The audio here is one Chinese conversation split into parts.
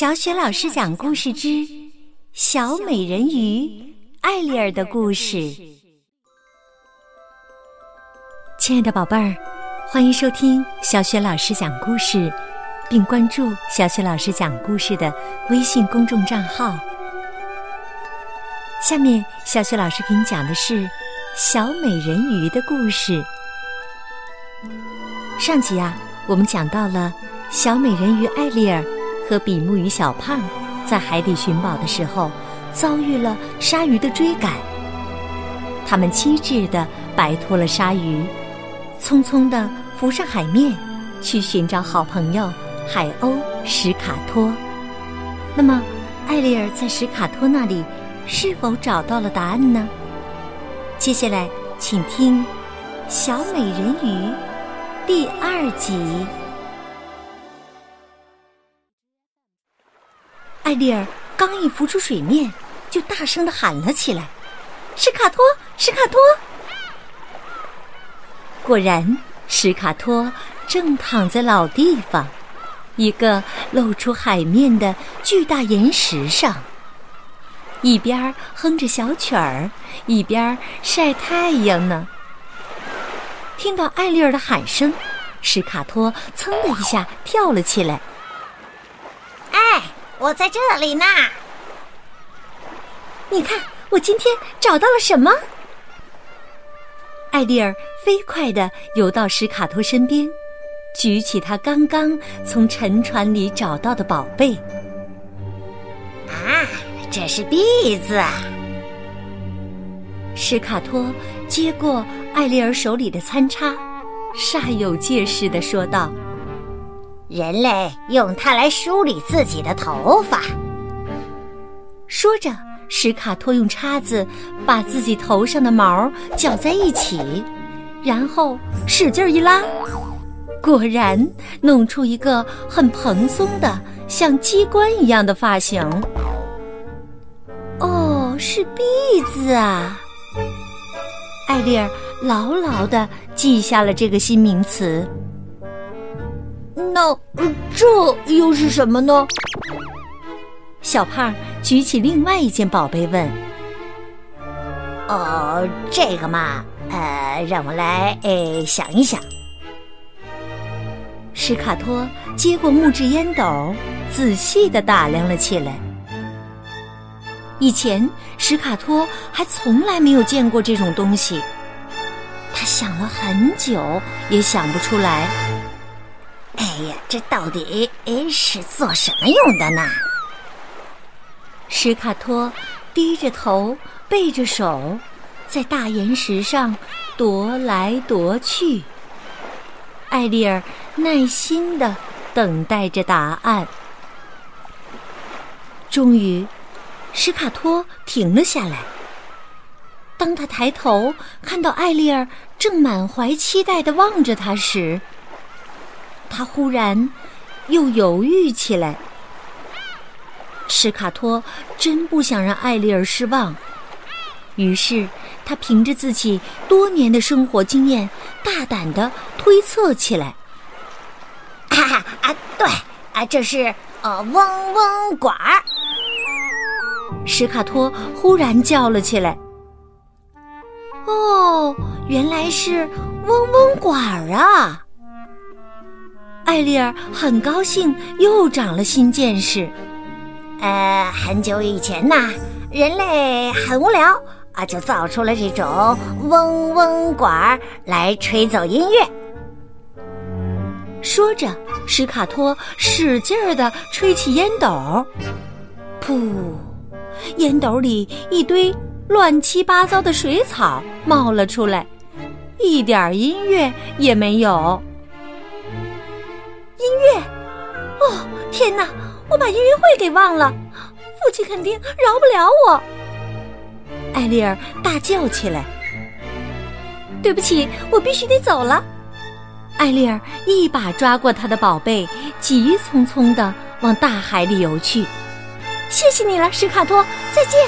小雪老师讲故事之小美人鱼艾丽儿的故事。亲爱的宝贝儿，欢迎收听小雪老师讲故事，并关注小雪老师讲故事的微信公众账号。下面小雪老师给你讲的是小美人鱼的故事。上集我们讲到了小美人鱼艾丽儿和比目鱼小胖在海底寻宝的时候遭遇了鲨鱼的追赶，他们机智地摆脱了鲨鱼，匆匆地浮上海面去寻找好朋友海鸥史卡托。那么艾丽儿在史卡托那里是否找到了答案呢？接下来请听小美人鱼第2集。艾丽儿刚一浮出水面，就大声地喊了起来：“史卡托，史卡托！”果然，史卡托正躺在老地方，一个露出海面的巨大岩石上，一边哼着小曲儿，一边晒太阳呢。听到艾丽儿的喊声，史卡托噌的一下跳了起来。 我在这里呢！ 你看，我今天找到了什么？艾丽儿飞快地游到史卡托身边，举起他刚刚从沉船里找到的宝贝。 这是篦子啊！ 史卡托接过艾丽儿手里的餐叉，煞有介事地说道：“ 人类用它来梳理自己的头发。” 说着，史卡托用叉子把自己头上的毛搅在一起，然后使劲一拉，果然弄出一个很蓬松的像鸡冠一样的发型。哦，是篦子啊！艾丽儿牢牢地记下了这个新名词。 那这又是什么呢？ 小胖举起另外一件宝贝问：“ 这个嘛，让我来想一想。” 史卡托接过木质烟斗，仔细地打量了起来。以前史卡托还从来没有见过这种东西，他想了很久也想不出来。 这到底是做什么用的呢？ 史卡托低着头背着手在大岩石上踱来踱去，艾丽儿耐心地等待着答案。终于史卡托停了下来，当他抬头看到艾丽儿正满怀期待地望着他时，他忽然又犹豫起来。史卡托真不想让艾丽儿失望，于是他凭着自己多年的生活经验，大胆地推测起来。 对，这是嗡嗡管。 史卡托忽然叫了起来。哦，原来是嗡嗡管啊！艾丽儿很高兴又长了新见识。 很久以前人类很无聊就造出了这种嗡嗡管来吹奏音乐。 说着，史卡托使劲儿地吹起烟斗，噗，烟斗里一堆乱七八糟的水草冒了出来，一点音乐也没有。音乐？哦，天哪！我把音乐会给忘了，父亲肯定饶不了我。艾丽儿大叫起来。对不起，我必须得走了。艾丽儿一把抓过她的宝贝，急匆匆地往大海里游去。谢谢你了，史卡托，再见。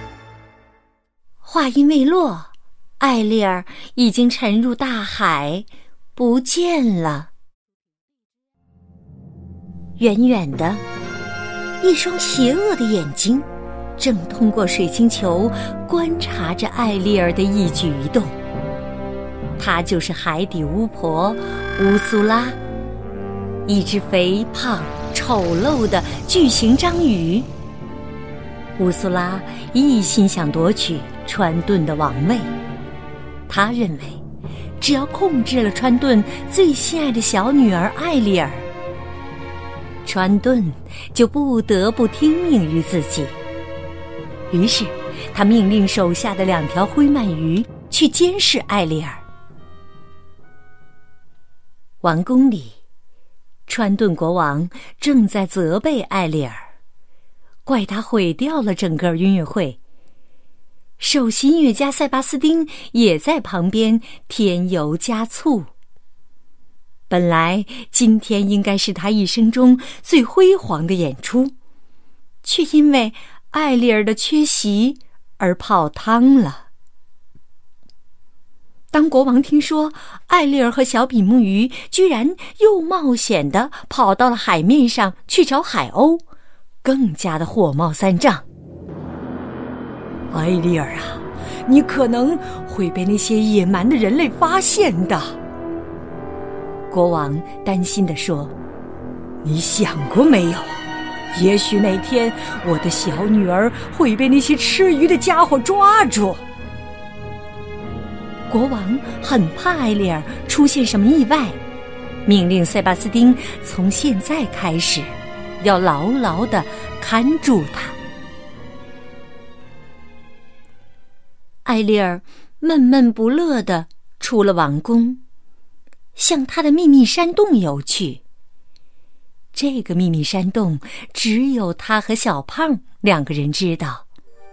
话音未落，艾丽儿已经沉入大海，不见了。远远的， 一双邪恶的眼睛正通过水晶球观察着艾丽儿的一举一动。她就是海底巫婆乌苏拉，一只肥胖丑陋的巨型章鱼。乌苏拉一心想夺取川顿的王位，他认为只要控制了川顿最心爱的小女儿艾丽儿，川顿就不得不听命于自己。于是他命令手下的2条灰鳗鱼去监视艾丽儿。王宫里，川顿国王正在责备艾丽儿，怪他毁掉了整个音乐会。首席音乐家塞巴斯丁也在旁边添油加醋。本来今天应该是他一生中最辉煌的演出，却因为艾丽儿的缺席而泡汤了。当国王听说艾丽儿和小比目鱼居然又冒险地跑到了海面上去找海鸥，更加的火冒三丈。艾丽儿啊，你可能会被那些野蛮的人类发现的。国王担心地说，你想过没有，也许哪天我的小女儿会被那些吃鱼的家伙抓住。国王很怕艾丽儿出现什么意外，命令塞巴斯丁从现在开始要牢牢地看住她。艾丽儿闷闷不乐地出了王宫，向她的秘密山洞游去。这个秘密山洞只有她和小胖2个人知道，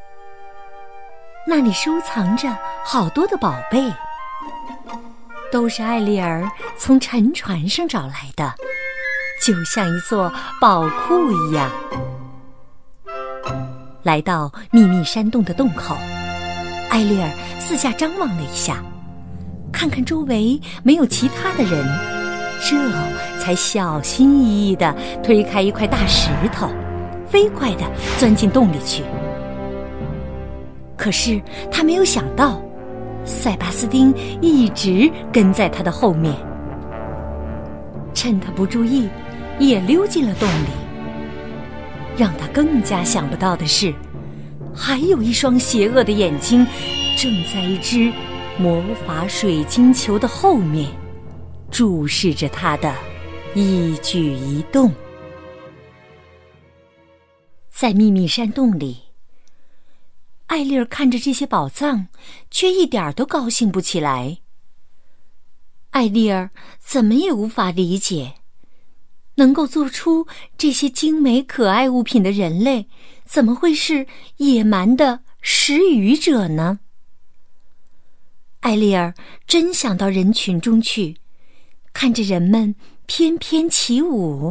那里收藏着好多的宝贝，都是艾丽儿从沉船上找来的，就像一座宝库一样。来到秘密山洞的洞口，艾丽儿四下张望了一下，看看周围没有其他的人，这才小心翼翼地推开一块大石头，飞快地钻进洞里去。可是他没有想到，塞巴斯丁一直跟在他的后面，趁他不注意，也溜进了洞里。让他更加想不到的是，还有一双邪恶的眼睛正在一只魔法水晶球的后面注视着他的一举一动。在秘密山洞里，艾丽儿看着这些宝藏，却一点都高兴不起来。艾丽儿怎么也无法理解，能够做出这些精美可爱物品的人类，怎么会是野蛮的食鱼者呢？艾丽儿真想到人群中去，看着人们翩翩起舞。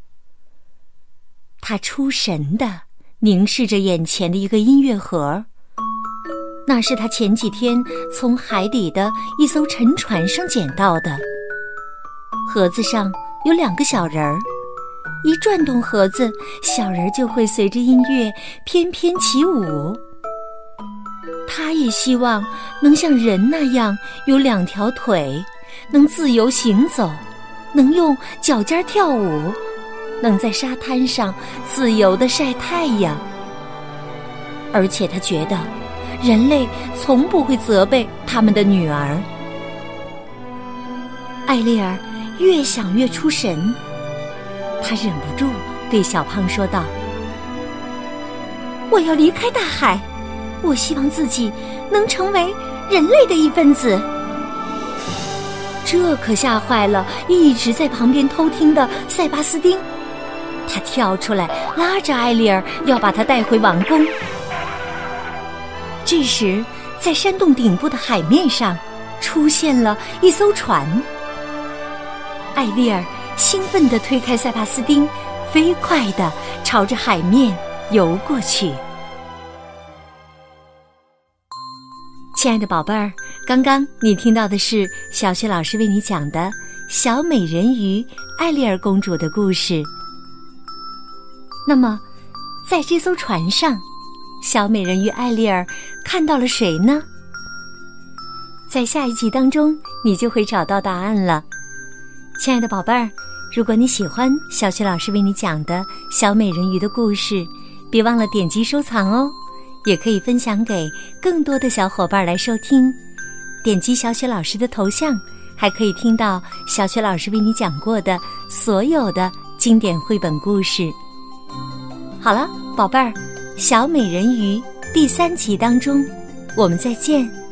她出神地凝视着眼前的一个音乐盒，那是她前几天从海底的一艘沉船上捡到的。盒子上有2个小人儿，一转动盒子，小人就会随着音乐翩翩起舞。她也希望能像人那样有2条腿，能自由行走，能用脚尖跳舞，能在沙滩上自由地晒太阳。而且他觉得人类从不会责备他们的女儿。艾丽儿越想越出神，她忍不住对小胖说道：我要离开大海，我希望自己能成为人类的一份子。这可吓坏了一直在旁边偷听的塞巴斯丁，他跳出来拉着艾丽儿要把她带回王宫。这时在山洞顶部的海面上出现了一艘船，艾丽儿兴奋地推开塞巴斯丁，飞快地朝着海面游过去。亲爱的宝贝儿，刚刚你听到的是小雪老师为你讲的小美人鱼艾丽儿公主的故事。那么在这艘船上，小美人鱼艾丽儿看到了谁呢？在下一集当中，你就会找到答案了。亲爱的宝贝儿，如果你喜欢小雪老师为你讲的小美人鱼的故事，别忘了点击收藏哦，也可以分享给更多的小伙伴来收听。点击小雪老师的头像，还可以听到小雪老师为你讲过的所有的经典绘本故事。好了，宝贝儿，小美人鱼第3集当中，我们再见。